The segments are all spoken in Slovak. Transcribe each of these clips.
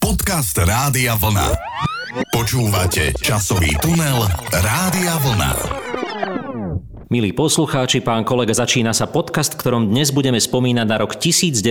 Podcast Rádia Vlna. Počúvate časový tunel Rádia Vlna. Milí poslucháči, pán kolega, začína sa podcast, v ktorom dnes budeme spomínať na rok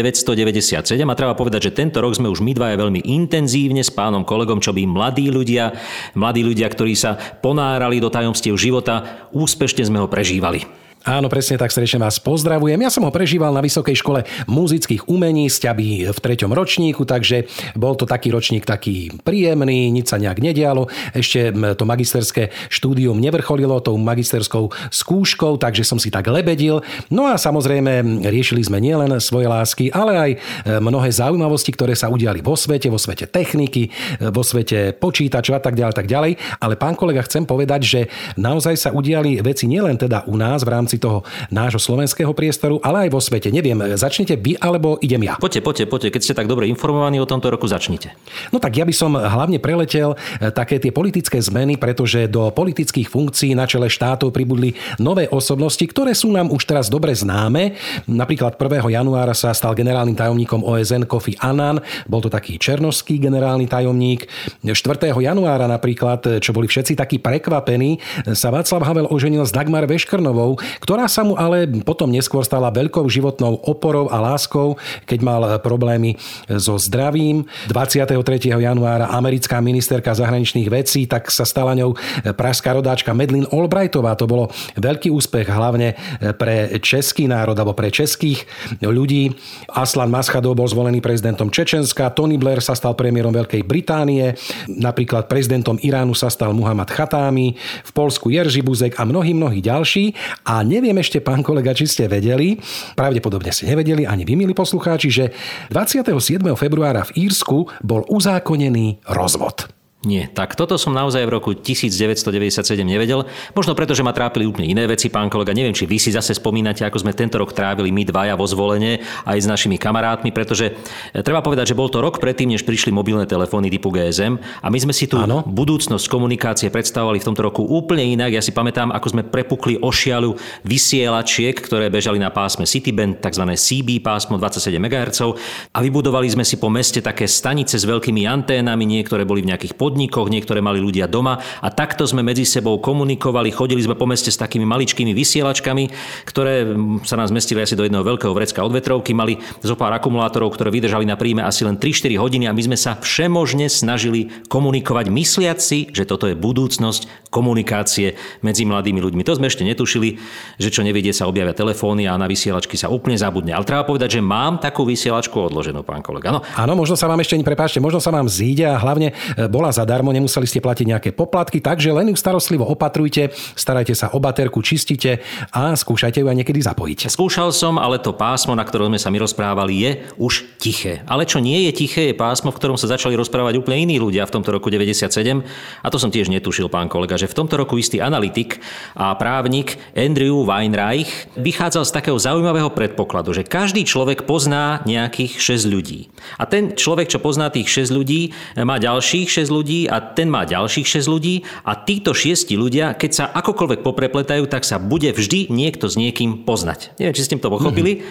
1997 a treba povedať, že tento rok sme už my dvaja veľmi intenzívne s pánom kolegom, čo by mladí ľudia, ktorí sa ponárali do tajomstiev života, úspešne sme ho prežívali. Áno, presne tak, srdečne vás pozdravujem. Ja som ho prežíval na Vysokej škole muzických umení Sťaby v 3. ročníku, takže bol to taký ročník taký príjemný, nič sa nejak nedialo. Ešte to magisterské štúdium nevrcholilo tou magisterskou skúškou, takže som si tak lebedil. No a samozrejme riešili sme nielen svoje lásky, ale aj mnohé zaujímavosti, ktoré sa udiali vo svete techniky, vo svete počítačov a tak ďalej. Ale pán kolega, chcem povedať, že naozaj sa udiali veci nielen teda u nás v rámci toho nášho slovenského priestoru, ale aj vo svete. Neviem, začnete vy, alebo idem ja? Poďte. Keď ste tak dobre informovaní o tomto roku, začnite. No tak ja by som hlavne preletel také tie politické zmeny, pretože do politických funkcií na čele štátov pribudli nové osobnosti, ktoré sú nám už teraz dobre známe. Napríklad 1. januára sa stal generálnym tajomníkom OSN Kofi Annan, bol to taký černošský generálny tajomník. 4. januára napríklad, čo boli všetci takí prekvapení, sa Václav Havel oženil s Dagmar Veškrnovou, ktorá sa mu ale potom neskôr stala veľkou životnou oporou a láskou, keď mal problémy so zdravím. 23. januára americká ministerka zahraničných vecí, tak sa stala ňou pražská rodáčka Madeleine Albrightová. To bolo veľký úspech hlavne pre český národ alebo pre českých ľudí. Aslan Maschadov bol zvolený prezidentom Čečenska, Tony Blair sa stal premiérom Veľkej Británie, napríklad prezidentom Iránu sa stal Muhammad Khatami, v Poľsku Jerzy Buzek a mnohí ďalší. A neviem ešte, pán kolega, či ste vedeli, pravdepodobne ste nevedeli, ani vy, milí poslucháči, že 27. februára v Írsku bol uzákonený rozvod. Nie, tak toto som naozaj v roku 1997 nevedel. Možno preto, že ma trápili úplne iné veci, pán kolega. Neviem, či vy si zase spomínate, ako sme tento rok trávili my dvaja vo Zvolene aj s našimi kamarátmi, pretože treba povedať, že bol to rok predtým, než prišli mobilné telefóny typu GSM a my sme si tu budúcnosť komunikácie predstavovali v tomto roku úplne inak. Ja si pamätám, ako sme prepukli ošialu vysielačiek, ktoré bežali na pásme Cityband, tzv. CB pásmo 27 MHz a vybudovali sme si po meste také stanice s veľkými anténami, niektoré boli v nejakých podnikoch, niektoré mali ľudia doma a takto sme medzi sebou komunikovali, chodili sme po meste s takými maličkými vysielačkami, ktoré sa nám zmestili asi do jedného veľkého vrecka od vetrovky, mali zo pár akumulátorov, ktoré vydržali na príjme asi len 3-4 hodiny a my sme sa všemožne snažili komunikovať, mysliac si, že toto je budúcnosť komunikácie medzi mladými ľuďmi. To sme ešte netušili, že čo nevedie sa objavia telefóny a na vysielačky sa úplne zabudne. Ale treba povedať, že mám takú vysielačku odloženú, pán kolega. No. Áno, možno sa vám ešte možno sa vám zíde a hlavne bola zadarmo, nemuseli ste platiť nejaké poplatky, takže len ju starostlivo opatrujte, starajte sa o baterku, čistite a skúšajte ju aj niekedy zapojiť. Skúšal som, ale to pásmo, na ktorom sme sa my rozprávali, je už tiché. Ale čo nie je tiché, je pásmo, v ktorom sa začali rozprávať úplne iní ľudia v tomto roku 97. A to som tiež netušil, pán kolega, že v tomto roku istý analytik a právnik Andrew Weinreich vychádzal z takého zaujímavého predpokladu, že každý človek pozná nejakých 6 ľudí. A ten človek, čo pozná tých 6 ľudí, má ďalších 6 ľudí a ten má ďalších 6 ľudí a títo 6 ľudia, keď sa akokoľvek poprepletajú, tak sa bude vždy niekto s niekým poznať. Neviem, či ste to pochopili.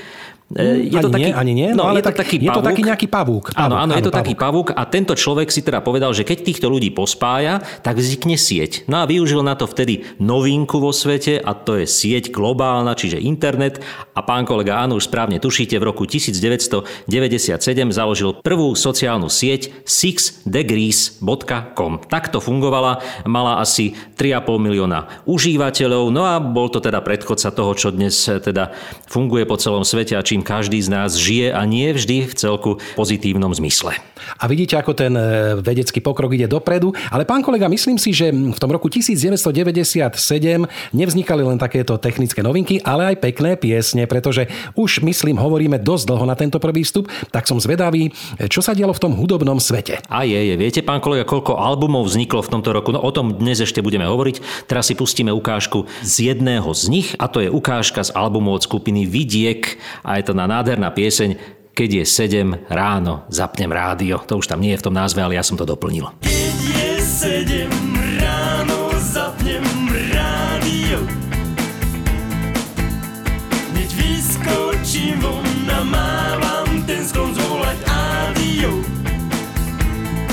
Je to taký, ani nie, no, ale je to taký nejaký pavúk. Áno, je to taký pavúk a tento človek si teda povedal, že keď týchto ľudí pospája, tak vznikne sieť. No a využil na to vtedy novinku vo svete a to je sieť globálna, čiže internet. A pán kolega, áno, už správne tušíte, v roku 1997 založil prvú sociálnu sieť sixdegrees.com. Takto fungovala, mala asi 3,5 milióna užívateľov, no a bol to teda predchodca toho, čo dnes teda funguje po celom svete a čím každý z nás žije a nie vždy v celku pozitívnom zmysle. A vidíte, ako ten vedecký pokrok ide dopredu. Ale pán kolega, myslím si, že v tom roku 1997 nevznikali len takéto technické novinky, ale aj pekné piesne, pretože už, myslím, hovoríme dosť dlho na tento prvý vstup, tak som zvedavý, čo sa dialo v tom hudobnom svete. A je. Viete, pán kolega, koľko albumov vzniklo v tomto roku? No o tom dnes ešte budeme hovoriť. Teraz si pustíme ukážku z jedného z nich a to je ukážka z albumu od skupiny Vidiek a je to nádherná pieseň Keď je 7 ráno, zapnem rádio. To už tam nie je v tom názve, ale ja som to doplnil. Keď je 7 ráno, zapnem rádio. Hneď vyskočím von a mávam ten sklon zvolať ádio.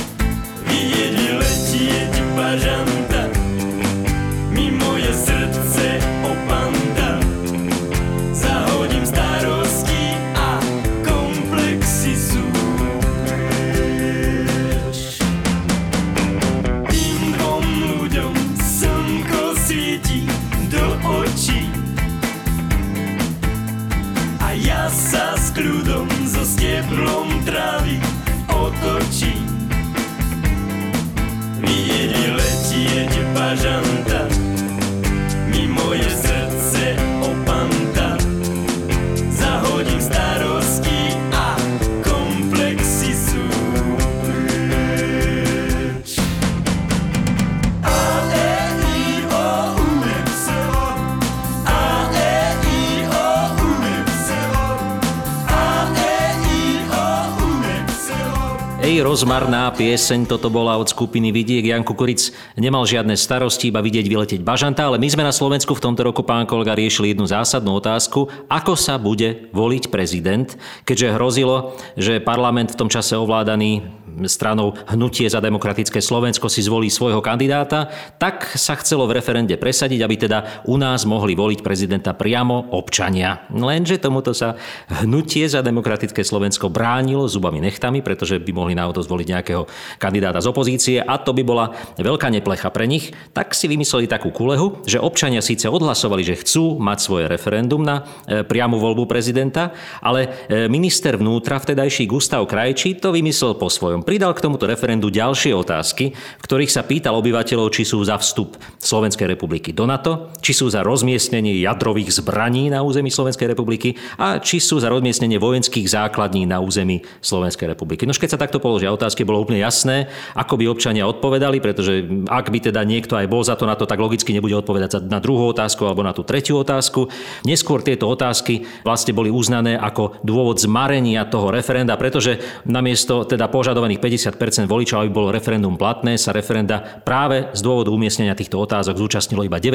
rozmarná pieseň toto bola od skupiny Vidiek. Jan Kukuric nemal žiadne starosti, iba vidieť vyletieť bažanta, ale my sme na Slovensku v tomto roku, pán kolega, riešili jednu zásadnú otázku, ako sa bude voliť prezident, keďže hrozilo, že parlament v tom čase ovládaný stranou Hnutie za demokratické Slovensko si zvolí svojho kandidáta, tak sa chcelo v referende presadiť, aby teda u nás mohli voliť prezidenta priamo občania. Lenže tomuto sa Hnutie za demokratické Slovensko bránilo zubami nechtami, pretože by mohli náhodou zvoliť nejakého kandidáta z opozície a to by bola veľká neplecha pre nich. Tak si vymysleli takú kulehu, že občania síce odhlasovali, že chcú mať svoje referendum na priamu voľbu prezidenta, ale minister vnútra vtedajší Gustav Krajčí to vymyslel po svojom. Pridal k tomuto referendu ďalšie otázky, v ktorých sa pýtal obyvateľov, či sú za vstup Slovenskej republiky do NATO, či sú za rozmiestnenie jadrových zbraní na území Slovenskej republiky a či sú za rozmiestnenie vojenských základní na území Slovenskej republiky. No keď sa takto položia otázky, bolo úplne jasné, ako by občania odpovedali, pretože ak by teda niekto aj bol za to NATO, tak logicky nebude odpovedať na druhú otázku alebo na tú tretiu otázku. Neskôr tieto otázky vlastne boli uznané ako dôvod zmarenia toho referenda, pretože namiesto teda požadovaných 50% voličov, aby bolo referendum platné, sa referenda práve z dôvodu umiestnenia týchto otázok zúčastnilo iba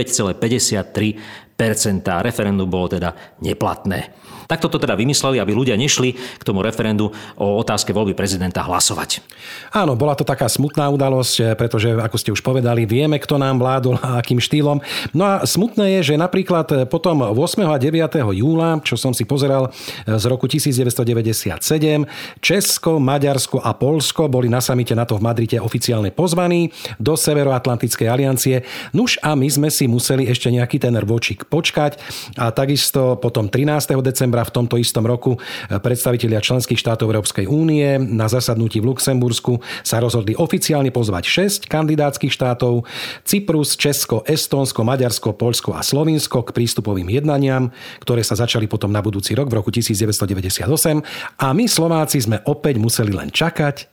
9,53%. Referendum bolo teda neplatné. Takto to teda vymysleli, aby ľudia nešli k tomu referendu o otázke voľby prezidenta hlasovať. Áno, bola to taká smutná udalosť, pretože, ako ste už povedali, vieme, kto nám vládol a akým štýlom. No a smutné je, že napríklad potom 8. a 9. júla, čo som si pozeral z roku 1997, Česko, Maďarsko a Poľsko boli na samite NATO v Madride oficiálne pozvaní do Severoatlantickej aliancie. Nuž a my sme si museli ešte nejaký ten rôčik počkať a takisto potom 13. decembra v tomto istom roku predstavitelia členských štátov Európskej únie na zasadnutí v Luxembursku sa rozhodli oficiálne pozvať 6 kandidátskych štátov: Cyprus, Česko, Estónsko, Maďarsko, Poľsko a Slovinsko k prístupovým jednaniam, ktoré sa začali potom na budúci rok v roku 1998 a my Slováci sme opäť museli len čakať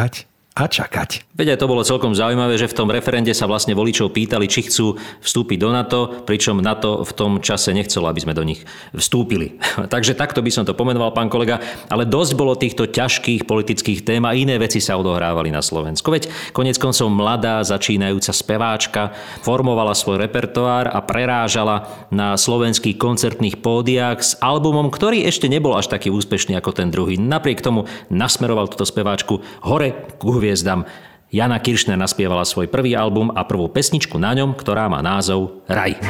a čakať. Veď aj to bolo celkom zaujímavé, že v tom referende sa vlastne voličov pýtali, či chcú vstúpiť do NATO, pričom NATO v tom čase nechcelo, aby sme do nich vstúpili. Takže takto by som to pomenoval, pán kolega, ale dosť bolo týchto ťažkých politických tém a iné veci sa odohrávali na Slovensku. Veď koniec koncov mladá začínajúca speváčka formovala svoj repertoár a prerážala na slovenských koncertných pódiách s albumom, ktorý ešte nebol až taký úspešný ako ten druhý. Napriek tomu nasmeroval túto speváčku hore k hviezdam. Jana Kiršner naspievala svoj prvý album a prvú pesničku na ňom, ktorá má názov Raj.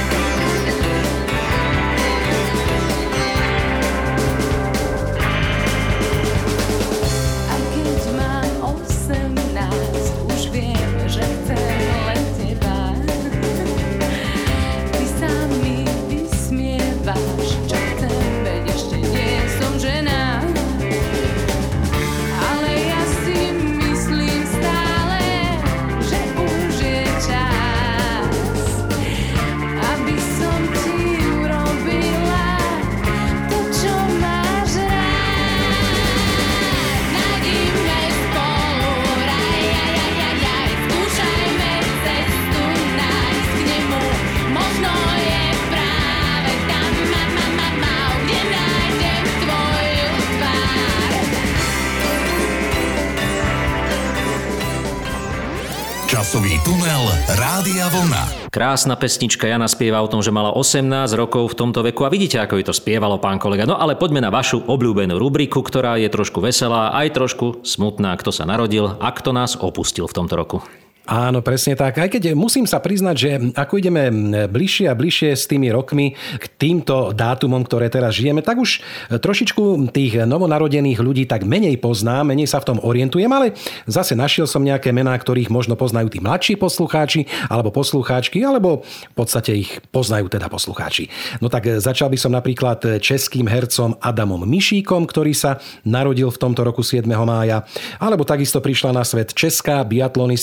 Časový tunel Rádia Vlna. Krásna pesnička, Jana spieva o tom, že mala 18 rokov v tomto veku a vidíte, ako jej to spievalo, pán kolega. No ale poďme na vašu obľúbenú rubriku, ktorá je trošku veselá, aj trošku smutná. Kto sa narodil a kto nás opustil v tomto roku. Áno, presne tak. Aj keď musím sa priznať, že ako ideme bližšie a bližšie s tými rokmi k týmto dátumom, ktoré teraz žijeme, tak už trošičku tých novonarodených ľudí tak menej poznám, menej sa v tom orientujem, ale zase našiel som nejaké mená, ktorých možno poznajú tí mladší poslucháči alebo poslucháčky, alebo v podstate ich poznajú teda poslucháči. No tak začal by som napríklad českým hercom Adamom Mišíkom, ktorý sa narodil v tomto roku 7. mája, alebo takisto prišla na svet česká biatlonistka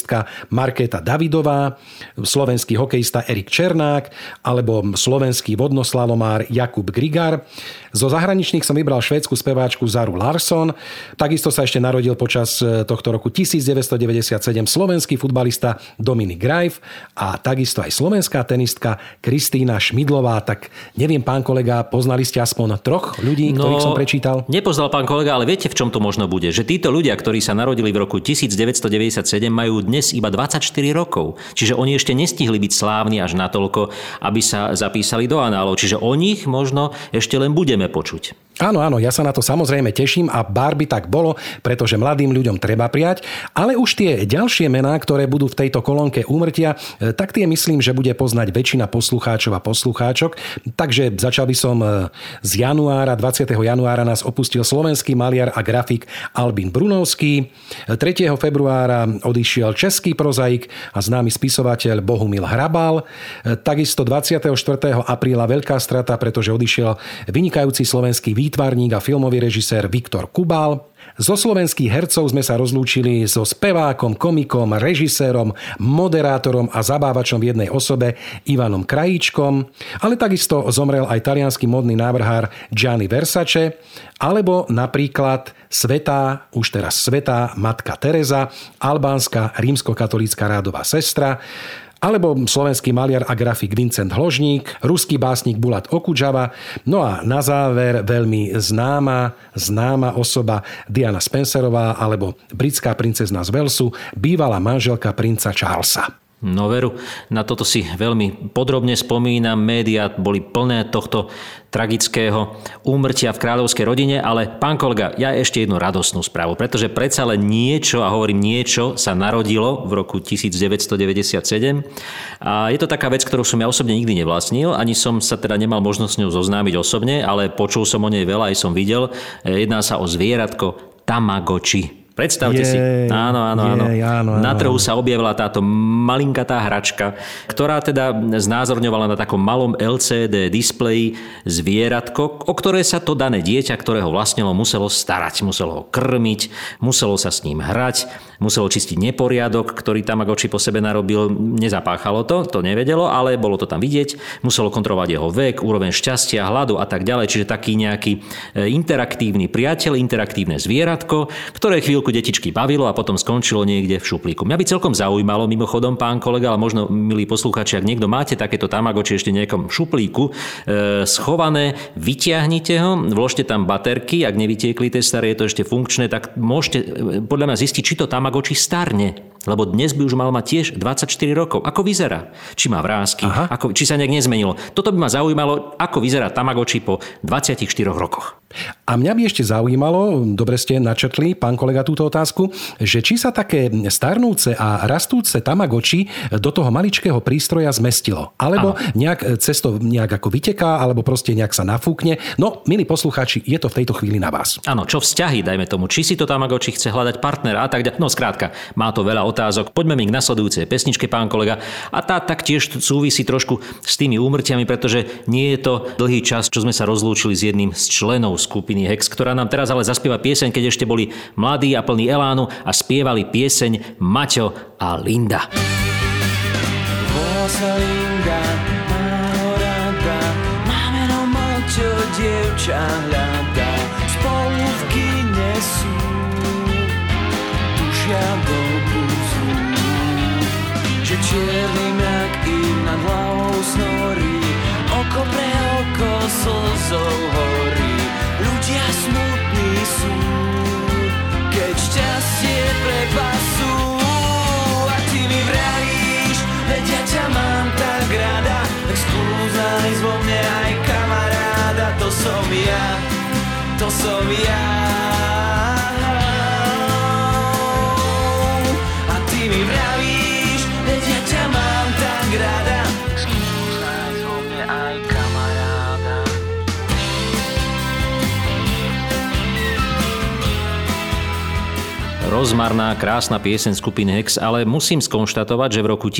Markéta Davidová, slovenský hokejista Erik Černák alebo slovenský vodnoslalomár Jakub Grigar. Zo zahraničných som vybral švédsku speváčku Zaru Larsson. Takisto sa ešte narodil počas tohto roku 1997 slovenský futbalista Dominik Grajf a takisto aj slovenská tenistka Kristýna Šmidlová. Tak neviem, pán kolega, poznali ste aspoň troch ľudí, ktorých som prečítal? Nepoznal pán kolega, ale viete, v čom to možno bude? Že títo ľudia, ktorí sa narodili v roku 1997, majú dnes iba 24 rokov. Čiže oni ešte nestihli byť slávni až natoľko, aby sa zapísali do análov. Čiže o nich možno ešte len budeme počuť. Áno, ja sa na to samozrejme teším a bár by tak bolo, pretože mladým ľuďom treba prijať, ale už tie ďalšie mená, ktoré budú v tejto kolónke úmrtia, tak tie myslím, že bude poznať väčšina poslucháčov a poslucháčok. Takže začal by som z januára, 20. januára nás opustil slovenský maliar a grafik Albin Brunovský. 3. februára odišiel český prozaik a známy spisovateľ Bohumil Hrabal. Takisto 24. apríla veľká strata, pretože odišiel vynikajúci slovenský výtvarník a filmový režisér Viktor Kubal. Zo slovenských hercov sme sa rozlúčili so spevákom, komikom, režisérom, moderátorom a zabávačom v jednej osobe Ivanom Krajíčkom, ale takisto zomrel aj taliansky modný návrhár Gianni Versace, alebo napríklad už teraz svätá matka Teresa, albánska rímskokatolícka rádová sestra, alebo slovenský maliar a grafik Vincent Hložník, ruský básnik Bulat Okudžava, no a na záver veľmi známa osoba Diana Spencerová alebo britská princezna z Walesu, bývalá manželka princa Charlesa. No veru, na toto si veľmi podrobne spomínam. Médiá boli plné tohto tragického úmrtia v kráľovskej rodine, ale pán kolega, ja ešte jednu radosnú správu, pretože predsa len niečo, a hovorím niečo, sa narodilo v roku 1997 a je to taká vec, ktorú som ja osobne nikdy nevlastnil, ani som sa teda nemal možnosť s ňou zoznámiť osobne, ale počul som o nej veľa, aj som videl. Jedná sa o zvieratko Tamagotchi. Predstavte si. Áno. Na trhu sa objavila táto malinkatá hračka, ktorá teda znázorňovala na takom malom LCD displeji zvieratko, o ktoré sa to dané dieťa, ktoré ho vlastnilo, muselo starať. Muselo ho krmiť, muselo sa s ním hrať, muselo čistiť neporiadok, ktorý Tamagotchi po sebe narobil. Nezapáchalo to nevedelo, ale bolo to tam vidieť. Muselo kontrolovať jeho vek, úroveň šťastia, hladu a tak ďalej. Čiže taký nejaký interaktívny priateľ, interaktívne zvieratko, ktoré chvíľku detičky bavilo a potom skončilo niekde v šuplíku. Mňa by celkom zaujímalo, mimochodom, pán kolega, ale možno, milí poslucháči, ak niekto máte takéto Tamagotchi ešte nejakom šuplíku schované, vyťahnite ho, vložte tam baterky, ak nevytiekli tie staré, je to ešte funkčné, tak môžete podľa mňa zistiť, či to Tamagotchi starne. Lebo dnes by už mal mať tiež 24 rokov. Ako vyzerá? Či má vrásky? Či sa nejak nezmenilo? Toto by ma zaujímalo, ako vyzerá Tamagotchi po 24 rokoch. A mňa by ešte zaujímalo, dobre ste načrtli, pán kolega, túto otázku, že či sa také starnúce a rastúce Tamagotchi do toho maličkého prístroja zmestilo. Alebo nejak cesto nejak ako vyteká, alebo proste nejak sa nafúkne. No, milí poslucháči, je to v tejto chvíli na vás. Áno, čo vzťahy, dajme tomu, či si to Tamagotchi chce hľadať partnera a tak ďalej. No skrátka, má to veľa otázok. Poďme mi k nasledujúcej pesničke, pán kolega. A tá taktiež súvisí trošku s tými úmrtiami, pretože nie je to dlhý čas, čo sme sa rozlúčili s jedným z členov skupiny Hex, ktorá nám teraz ale zaspieva pieseň, keď ešte boli mladí a plní elánu a spievali pieseň Maťo a Linda. Volá sa Linda, má ho rada, má meno Maťo, dievča hľadá, spolu v kine sú, tušia do buzu, že čierny mrak im nad hlavou snorí, oko pre oko slzou horí, ľudia smutní sú, keď šťastie prepasú. A ty mi vravíš, veď ja ťa mám tak rada, tak spolu nájsť vo mne aj kamaráda. To som ja, to som ja. A ty mi vravíš, veď ja ťa mám tak rada, spolu nájsť vo mne aj kamaráda. rozmarná, krásna pieseň skupiny Hex, ale musím skonštatovať, že v roku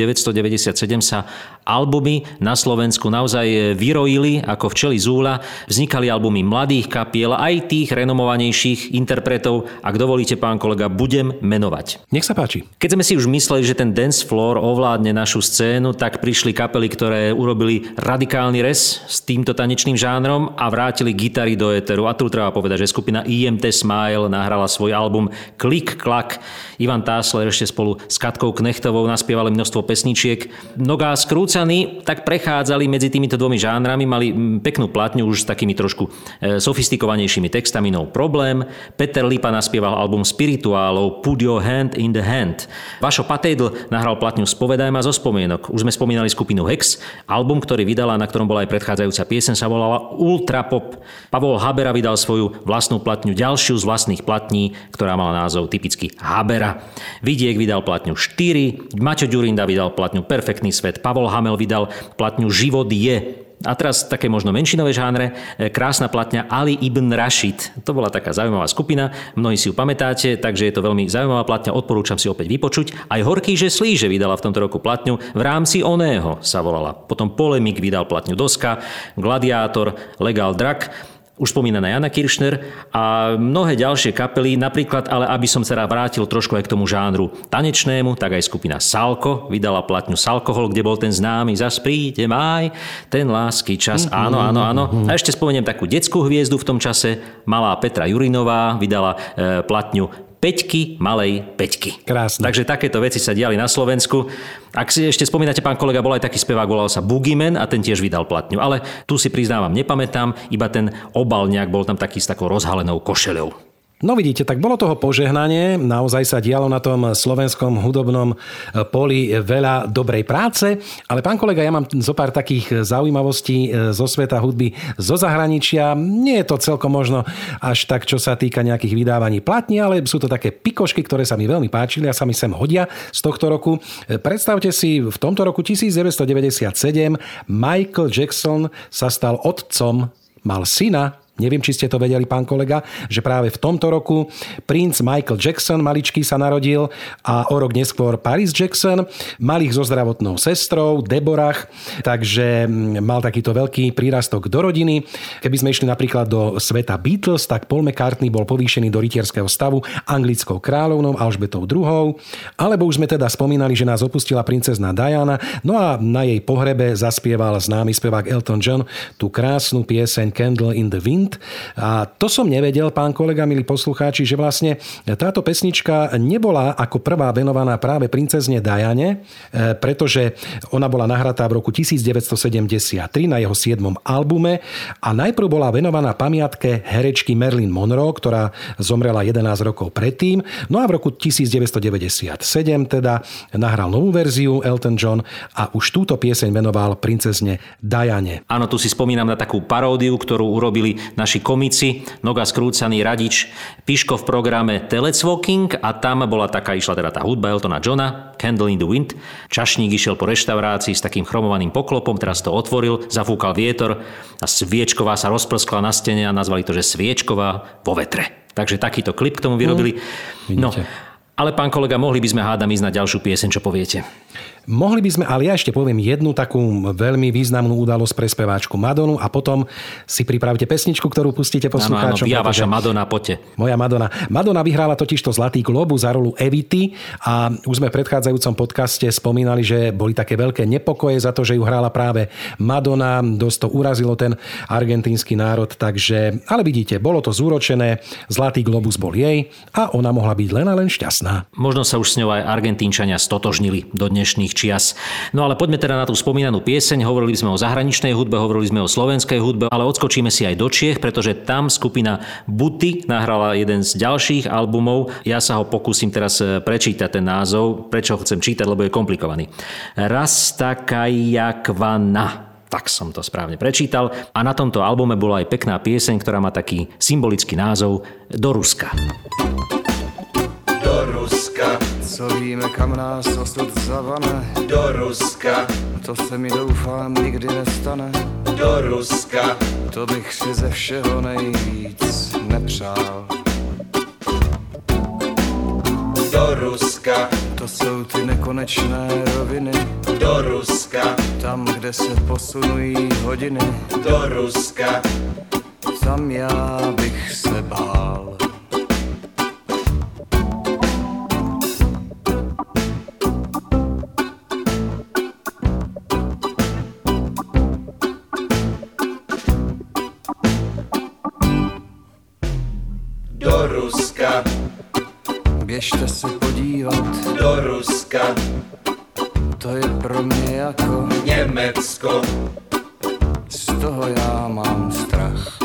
1997 sa albumy na Slovensku naozaj vyrojili ako včely z úľa. Vznikali albumy mladých kapiel, aj tých renomovanejších interpretov. Ak dovolíte, pán kolega, budem menovať. Nech sa páči. Keď sme si už mysleli, že ten dance floor ovládne našu scénu, tak prišli kapely, ktoré urobili radikálny rez s týmto tanečným žánrom a vrátili gitary do éteru. A tu treba povedať, že skupina IMT Smile nahrala svoj album Klik Klak. Ivan Tásler ešte spolu s Katkou Knechtovou naspievali množstvo pesničiek. Nogá skrúcaní tak prechádzali medzi týmito dvomi žánrami, mali peknú platňu už s takými trošku sofistikovanejšími textami, no problém. Peter Lipa naspieval album Spirituálov Put Your Hand in the Hand. Vašo Patejdl nahral platňu Spovedaj ma zo spomienok. Už sme spomínali skupinu Hex. Album, ktorý vydala, na ktorom bola aj predchádzajúca pieseň, sa volala Ultra Pop. Pavol Habera vydal svoju vlastnú platňu, ďalšiu z vlastných platní, ktorá mala názov typicky Habera. Vidiek vydal platňu 4, Maťo Ďurinda vydal platňu Perfektný svet, Pavol Hamel vydal platňu Život je. A teraz také možno menšinové žánre, krásna platňa Ali ibn Rashid. To bola taká zaujímavá skupina, mnohí si ju pamätáte, takže je to veľmi zaujímavá platňa, odporúčam si opäť vypočuť. Aj Horký že slíže vydala v tomto roku platňu V rámci oného sa volala. Potom Polemik vydal platňu Doska, Gladiátor, Legal Drug, už spomínaná Jana Kiršner a mnohé ďalšie kapely, napríklad, ale aby som sa vrátil trošku aj k tomu žánru tanečnému, tak aj skupina Salko vydala platňu Salkohol, kde bol ten známy Zas príde máj, ten lásky čas, áno. A ešte spomeniem takú detskú hviezdu v tom čase, malá Petra Jurinová vydala platňu Peťky, malej Peťky. Krásne. Takže takéto veci sa diali na Slovensku. Ak si ešte spomínate, pán kolega, bol aj taký spevák, volal sa Boogeyman a ten tiež vydal platňu. Ale tu si priznávam, nepamätám, iba ten obal nejak bol tam taký s takou rozhalenou košeľou. No vidíte, tak bolo toho požehnanie, naozaj sa dialo na tom slovenskom hudobnom poli veľa dobrej práce, ale pán kolega, ja mám zo pár takých zaujímavostí zo sveta hudby zo zahraničia. Nie je to celkom možno až tak, čo sa týka nejakých vydávaní platní, ale sú to také pikošky, ktoré sa mi veľmi páčili a sa mi sem hodia z tohto roku. Predstavte si, v tomto roku 1997 Michael Jackson sa stal otcom, mal syna. Neviem, či ste to vedeli, pán kolega, že práve v tomto roku princ Michael Jackson, maličký, sa narodil a o rok neskôr Paris Jackson. Mal ich so zdravotnou sestrou Deborah, takže mal takýto veľký prírastok do rodiny. Keby sme išli napríklad do sveta Beatles, tak Paul McCartney bol povýšený do rytierského stavu anglickou kráľovnou Alžbetou II. Alebo už sme teda spomínali, že nás opustila princezna Diana. No a na jej pohrebe zaspieval známy spevák Elton John tú krásnu pieseň Candle in the Wind. A to som nevedel, pán kolega, milí poslucháči, že vlastne táto pesnička nebola ako prvá venovaná práve princezne Diane, pretože ona bola nahratá v roku 1973 na jeho 7. albume a najprv bola venovaná pamiatke herečky Marilyn Monroe, ktorá zomrela 11 rokov predtým. No a v roku 1997 teda nahral novú verziu Elton John a už túto pieseň venoval princezne Diane. Áno, tu si spomínam na takú paródiu, ktorú urobili naši komici, Noga skrúcaný, Radič, Piško v programe Telecvoking a tam bola taká, išla teda tá hudba Eltona Johna, Candle in the Wind. Čašník išiel po reštaurácii s takým chromovaným poklopom, teraz to otvoril, zafúkal vietor a sviečková sa rozprskla na stene a nazvali to, že sviečková vo vetre. Takže takýto klip k tomu vyrobili. No, ale pán kolega, mohli by sme hádam ísť na ďalšiu pieseň, čo poviete? Mohli by sme, ale ja ešte poviem jednu takú veľmi významnú udalosť pre speváčku Madonu a potom si pripravte pesničku, ktorú pustíte poslucháčom. Áno, vaša Madonna, poďte. Moja Madonna. Madonna vyhrála totižto Zlatý globus za rolu Evity a už sme v predchádzajúcom podcaste spomínali, že boli také veľké nepokoje za to, že ju hrála práve Madonna. Dosť to urazilo ten argentínsky národ, takže, ale vidíte, bolo to zúročené, Zlatý globus bol jej a ona mohla byť len a len šťastná. Možno sa už s ňou aj Argentínčania stotožnili do dnešných čias. No ale poďme teda na tú spomínanú pieseň. Hovorili sme o zahraničnej hudbe, hovorili sme o slovenskej hudbe, ale odskočíme si aj do Čiech, pretože tam skupina Buty nahrala jeden z ďalších albumov. Ja sa ho pokúsim teraz prečítať ten názov. Prečo ho chcem čítať, lebo je komplikovaný. Rastakajakvana. Tak som to správne prečítal. A na tomto albume bola aj pekná pieseň, ktorá má taký symbolický názov Do Ruska. Do Ruska, Co víme, kam nás osud zavane. do Ruska, To se mi doufám nikdy nestane. do Ruska, To bych si ze všeho nejvíc nepřál. do Ruska, To jsou ty nekonečné roviny, do Ruska, tam, kde se posunují hodiny, do Ruska, tam já bych se bál. do Ruska, Běžte se podívat, do Ruska, to je pro mě jako, Německo, z toho já mám strach.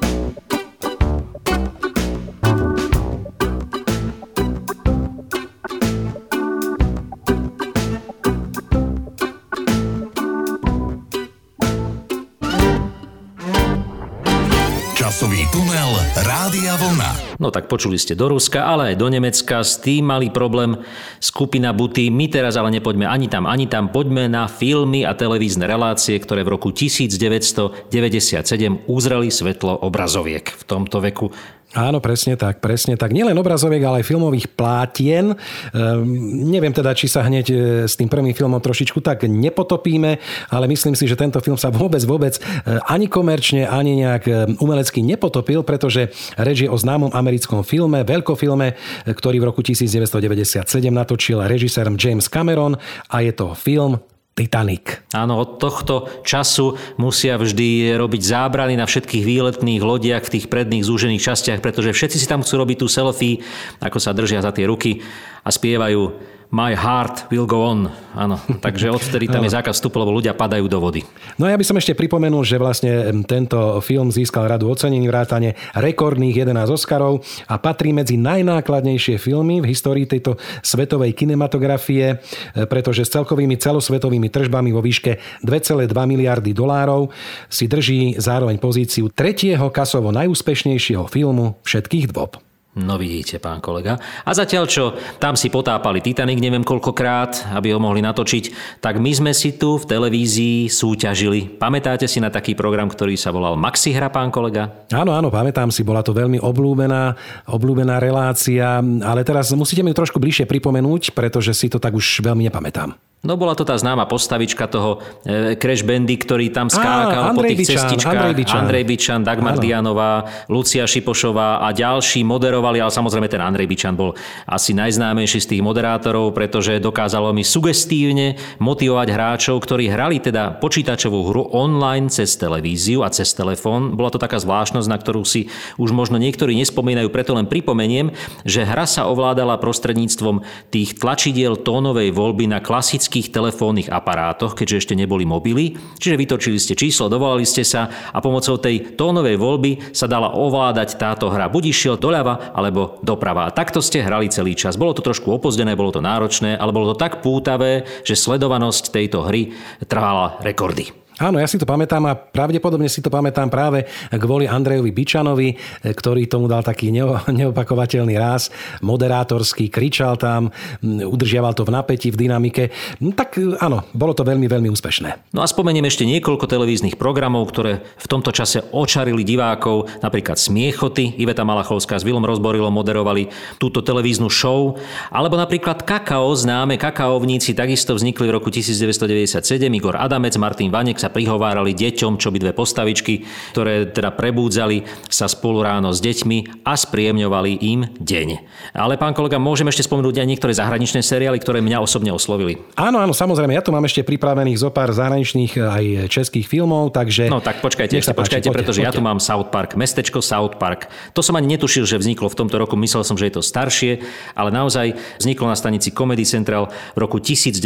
Časový tunel Rádia Vlna. No tak počuli ste do Ruska, ale aj do Nemecka. S tým mali problém skupina Buty. My teraz ale nepoďme ani tam. Poďme na filmy a televízne relácie, ktoré v roku 1997 uzreli svetlo obrazoviek v tomto veku. Áno, presne tak. Nielen obrazoviek, ale aj filmových plátien. Neviem teda, či sa hneď s tým prvým filmom trošičku tak nepotopíme, ale myslím si, že tento film sa vôbec ani komerčne, ani nejak umelecky nepotopil, pretože reč je o známom americkom filme, veľkofilme, ktorý v roku 1997 natočil režisér James Cameron a je to film Titanic. Áno, od tohto času musia vždy robiť zábrany na všetkých výletných lodiach v tých predných zúžených častiach, pretože všetci si tam chcú robiť tú selfie, ako sa držia za tie ruky a spievajú My heart will go on. Áno, takže odvtedy tam je zákaz vstupu, lebo ľudia padajú do vody. No ja by som ešte pripomenul, že vlastne tento film získal radu ocenení vrátane rekordných 11 Oscarov a patrí medzi najnákladnejšie filmy v histórii tejto svetovej kinematografie, pretože s celkovými celosvetovými tržbami vo výške 2,2 miliardy dolárov si drží zároveň pozíciu tretieho kasovo najúspešnejšieho filmu všetkých dôb. No vidíte, pán kolega. A zatiaľ, čo tam si potápali Titanic neviem koľkokrát, aby ho mohli natočiť, tak my sme si tu v televízii súťažili. Pamätáte si na taký program, ktorý sa volal Maxi hra, pán kolega? Áno, pamätám si, bola to veľmi obľúbená relácia, ale teraz musíte mi trošku bližšie pripomenúť, pretože si to tak už veľmi nepamätám. No bola to tá známa postavička toho Crash Bandy, ktorý tam skákal po tých cestičkách. Andrej Bičan, Dagmar Dianová, Lucia Šipošová a ďalší moderovali, ale samozrejme ten Andrej Bičan bol asi najznámejší z tých moderátorov, pretože dokázalo mi sugestívne motivovať hráčov, ktorí hrali teda počítačovú hru online cez televíziu a cez telefón. Bola to taká zvláštnosť, na ktorú si už možno niektorí nespomínajú, preto len pripomeniem, že hra sa ovládala prostredníctvom tých tlačidiel tónovej voľby na klasických telefónnych aparátoch, keďže ešte neboli mobily. Čiže vytočili ste číslo, dovolali ste sa a pomocou tej tónovej voľby sa dala ovládať táto hra. Buď išiel doľava alebo doprava. A takto ste hrali celý čas. Bolo to trošku opozdené, bolo to náročné, ale bolo to tak pútavé, že sledovanosť tejto hry trvala rekordy. Áno, ja si to pamätám a pravdepodobne si to pamätám práve kvôli Andrejovi Bičanovi, ktorý tomu dal taký neopakovateľný ráz, moderátorský, kričal tam, udržiaval to v napätí, v dynamike. Tak áno, bolo to veľmi, veľmi úspešné. No a spomeniem ešte niekoľko televíznych programov, ktoré v tomto čase očarili divákov, napríklad Smiechoty, Iveta Malachovská s Vilom Rozborilom moderovali túto televíznu show, alebo napríklad Kakao, známe kakaovníci, takisto vznikli v roku 1997, Igor Adamec, Martin Vanek sa prihovárali deťom, čo by dve postavičky, ktoré teda prebúdzali sa spolu ráno s deťmi a spríjemňovali im deň. Ale pán kolega, môžem ešte spomenúť aj niektoré zahraničné seriály, ktoré mňa osobne oslovili. Áno, samozrejme, ja tu mám ešte pripravených zo pár zahraničných aj českých filmov, takže... No tak počkajte, pretože ja tu mám South Park, mestečko South Park. To som ani netušil, že vzniklo v tomto roku, myslel som, že je to staršie, ale naozaj vzniklo na stanici Comedy Central v roku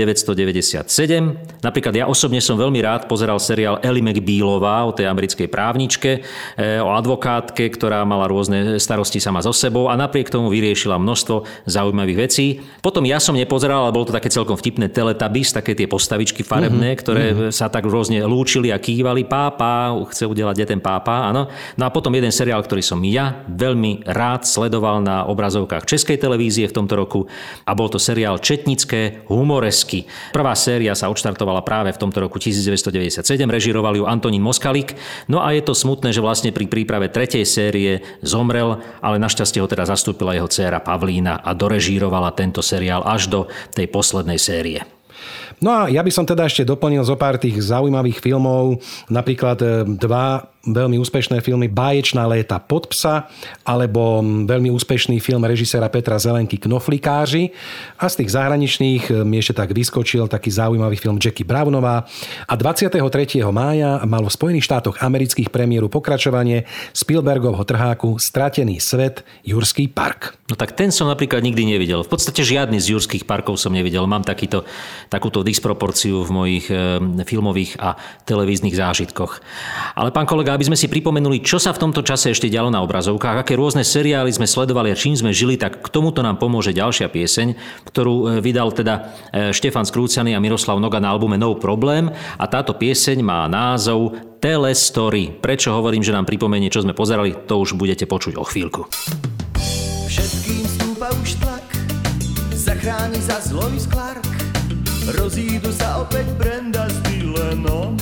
1997. Napríklad ja osobne som veľmi rád pozeral seriál Ellie McBealová o tej americkej právničke, o advokátke, ktorá mala rôzne starosti sama so sebou a napriek tomu vyriešila množstvo zaujímavých vecí. Potom ja som nepozeral, ale bolo to také celkom vtipné Teletubbies, také tie postavičky farebné, ktoré sa tak rôzne lúčili a kývali. Pápa, chce udelať ten pápa, áno. No a potom jeden seriál, ktorý som ja veľmi rád sledoval na obrazovkách Českej televízie v tomto roku a bol to seriál Četnické humoresky. Prvá séria sa odštartovala práve v tomto roku 1997 režiroval ju Antonín Moskalík. No a je to smutné, že vlastne pri príprave 3. série zomrel, ale našťastie ho teda zastúpila jeho dcéra Pavlína a dorežírovala tento seriál až do tej poslednej série. No a ja by som teda ešte doplnil zo pár tých zaujímavých filmov, napríklad 2 veľmi úspešné filmy Báječná léta pod psa alebo veľmi úspešný film režiséra Petra Zelenky Knoflikáři. A z tých zahraničných mi ešte tak vyskočil taký zaujímavý film Jackie Brownová. A 23. mája mal v Spojených štátoch amerických premiéru pokračovanie Spielbergovho trháku Stratený svet Jurský park. No tak ten som napríklad nikdy nevidel. V podstate žiadny z Jurských parkov som nevidel. Mám takúto disproporciu v mojich filmových a televíznych zážitkoch. Ale pán kolega, aby sme si pripomenuli, čo sa v tomto čase ešte dialo na obrazovkách, aké rôzne seriály sme sledovali a čím sme žili, tak k tomuto nám pomôže ďalšia pieseň, ktorú vydal teda Štefan Skrúcaný a Miroslav Noga na albume No Problém. A táto pieseň má názov Telestory. Prečo hovorím, že nám pripomenie, čo sme pozerali, to už budete počuť o chvíľku. Všetkým stúpa už tlak, zachráni za Lois Clark, rozídu sa opäť Brenda s Dylanom.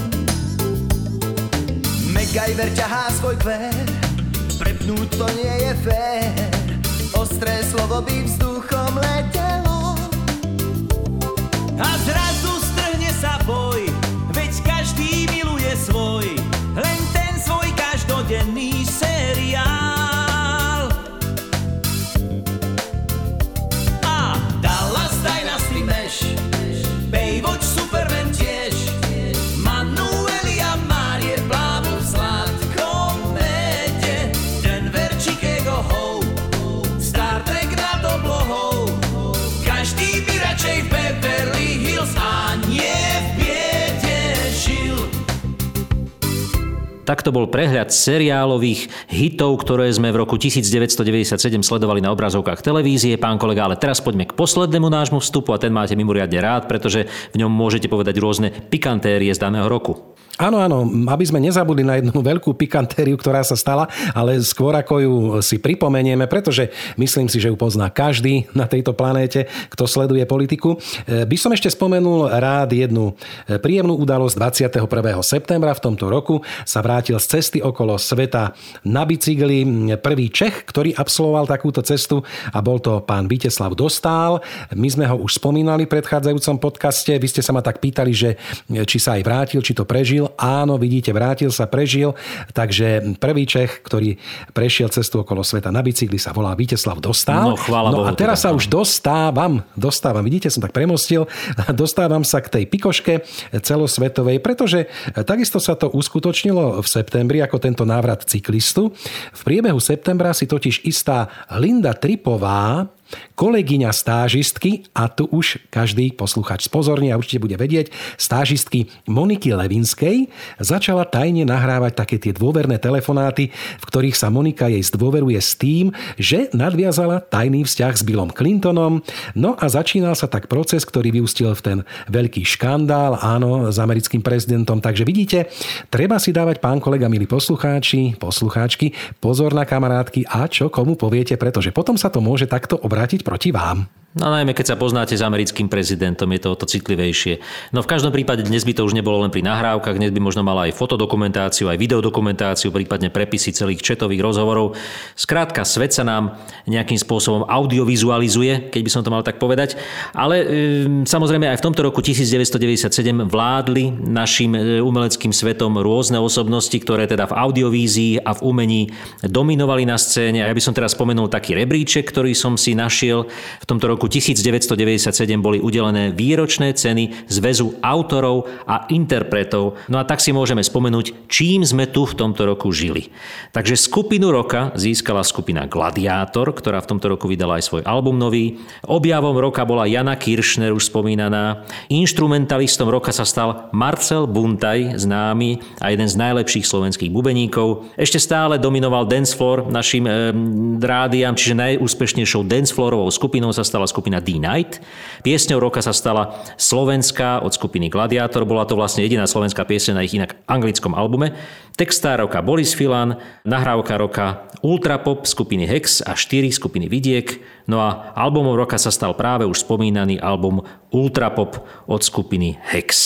MacGyver ťahá svoj kvér, prepnúť to nie je fér, ostré slovo by vzduchom letelo. A zrazu strhne sa boj, veď každý miluje svoj, len ten svoj každodenný seriál. A Dallas Dynasty Mesh, Baywatch, Superman tiež, Manueli a Márie plávu v sladkom mede, Denver, Chicago, Hope, Star Trek nad oblohou, každý by radšej v Beverly Hills a nie v biede žil. Takto bol prehľad seriálových hitov, ktoré sme v roku 1997 sledovali na obrazovkách televízie. Pán kolega, ale teraz poďme k poslednému nášmu vstupu a ten máte mimoriadne rád, pretože v ňom môžete povedať rôzne pikantérie z daného roku. Áno, aby sme nezabudli na jednu veľkú pikantériu, ktorá sa stala, ale skôr ako ju si pripomenieme, pretože myslím si, že ju pozná každý na tejto planéte, kto sleduje politiku. By som ešte spomenul rád jednu príjemnú udalosť. 21. septembra v tomto roku sa vrátil z cesty okolo sveta na bicykli prvý Čech, ktorý absolvoval takúto cestu a bol to pán Víteslav Dostál. My sme ho už spomínali v predchádzajúcom podcaste. Vy ste sa ma tak pýtali, že či sa aj vrátil, či to prežil. Áno, vidíte, vrátil sa, prežil. Takže prvý Čech, ktorý prešiel cestu okolo sveta na bicykli, sa volá Víteslav Dostál. No, chvála Bohu. A teraz sa už dostávam, vidíte, som tak premostil, dostávam sa k tej pikoške celosvetovej, pretože takisto sa to uskutočnilo v septembri ako tento návrat cyklistu. V priebehu septembra si totiž istá Linda Tripová, kolegyňa stážistky, a tu už každý posluchač spozorní a určite bude vedieť, stážistky Moniky Levinskej, začala tajne nahrávať také tie dôverné telefonáty, v ktorých sa Monika jej zdôveruje s tým, že nadviazala tajný vzťah s Billom Clintonom. No a začínal sa tak proces, ktorý vyústil v ten veľký škandál, áno, s americkým prezidentom. Takže vidíte, treba si dávať, pán kolega, milí poslucháčky, pozor na kamarátky a čo komu poviete, pretože potom sa to môže takto obrátiť proti vám. No najmä keď sa poznáte s americkým prezidentom, je to o to citlivejšie. No v každom prípade dnes by to už nebolo len pri nahrávkach, dnes by možno mala aj fotodokumentáciu, aj videodokumentáciu, prípadne prepisy celých chatových rozhovorov. Skrátka, svet sa nám nejakým spôsobom audiovizualizuje, keď by som to mal tak povedať. Ale samozrejme aj v tomto roku 1997 vládli našim umeleckým svetom rôzne osobnosti, ktoré teda v audiovízii a v umení dominovali na scéne. A ja by som teraz spomenul taký rebríček, ktorý som si našiel. V tomto roku 1997 boli udelené výročné ceny Zväzu autorov a interpretov. No a tak si môžeme spomenúť, čím sme tu v tomto roku žili. Takže skupinu roka získala skupina Gladiátor, ktorá v tomto roku vydala aj svoj album nový. Objavom roka bola Jana Kiršner, už spomínaná. Inštrumentalistom roka sa stal Marcel Buntaj, známy a jeden z najlepších slovenských bubeníkov. Ešte stále dominoval dancefloor našim rádiám, čiže najúspešnejšou dancefloorovou skupinou sa stala skupina D-Night. Piesňou roka sa stala Slovenská od skupiny Gladiátor. Bola to vlastne jediná slovenská pieseň na ich inak anglickom albume. Textár roka Boris Filan, nahrávka roka Ultrapop skupiny Hex a 4 skupiny Vidiek. No a albumom roka sa stal práve už spomínaný album Ultrapop od skupiny Hex.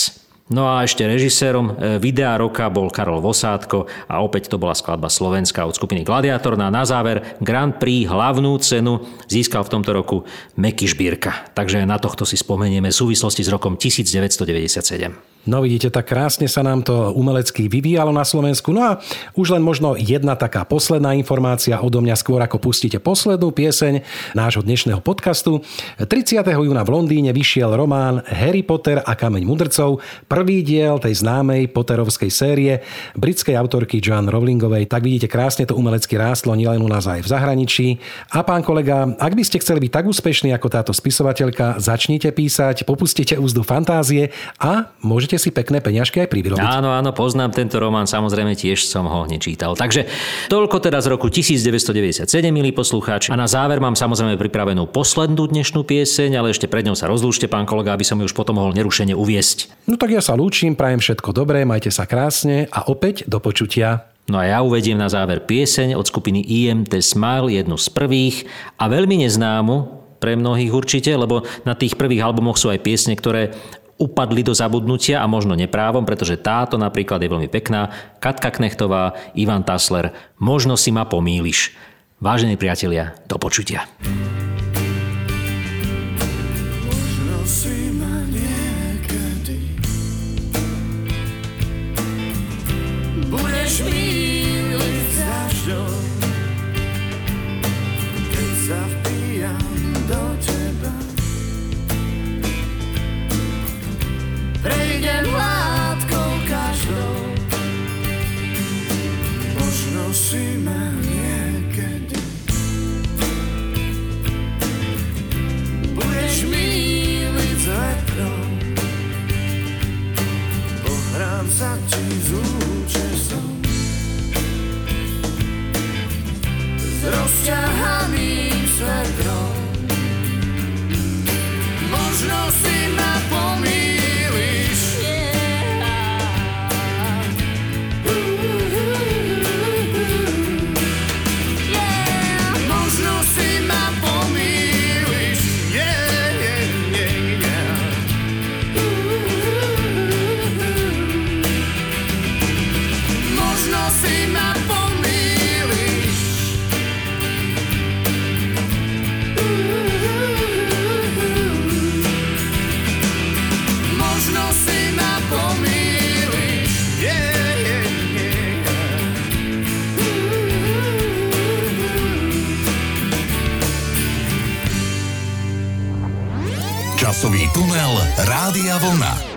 No a ešte režisérom videa roka bol Karol Vosátko a opäť to bola skladba slovenská od skupiny Gladiátor. No a na záver Grand Prix hlavnú cenu získal v tomto roku Meky Žbírka. Takže na tohto si spomenieme v súvislosti s rokom 1997. No vidíte, tak krásne sa nám to umelecky vyvíjalo na Slovensku. No a už len možno jedna taká posledná informácia odo mňa skôr, ako pustíte poslednú pieseň nášho dnešného podcastu. 30. júna v Londýne vyšiel román Harry Potter a kameň mudrcov, prvý diel tej známej Potterovskej série britskej autorky Joanne Rowlingovej. Tak vidíte, krásne to umelecky rástlo nielen u nás aj v zahraničí. A pán kolega, ak by ste chceli byť tak úspešní ako táto spisovateľka, začnite písať, popustite úzdu fantázie a môžete si pekné peňažky aj privyrobiť. Áno, poznám tento román, samozrejme tiež som ho nečítal. Takže toľko teda z roku 1997, milí poslucháči. A na záver mám samozrejme pripravenú poslednú dnešnú pieseň, ale ešte pred ňou sa rozlúčte, pán kolega, aby som ju už potom mohol nerušene uviesť. No tak ja sa lúčim, prajem všetko dobré, majte sa krásne a opäť do počutia. No a ja uvediem na záver pieseň od skupiny IMT Smile, jednu z prvých a veľmi neznámu pre mnohých určite, lebo na tých prvých albumoch sú aj piesne, ktoré upadli do zabudnutia a možno neprávom, pretože táto napríklad je veľmi pekná. Katka Knechtová, Ivan Tasler, Možno si ma pomýliš. Vážení priatelia, do počutia. Možno si ma niekedy budeš míliť zažďom, keď sa vpijam do teba. Prejdem látkou každou. Možno si ma niekedy budeš míliť s vetrom. Pohrám sa ti s účesom, s rozťahaným svetrom. Možno si ma pomýliš. Časový tunel Rádia Vlna.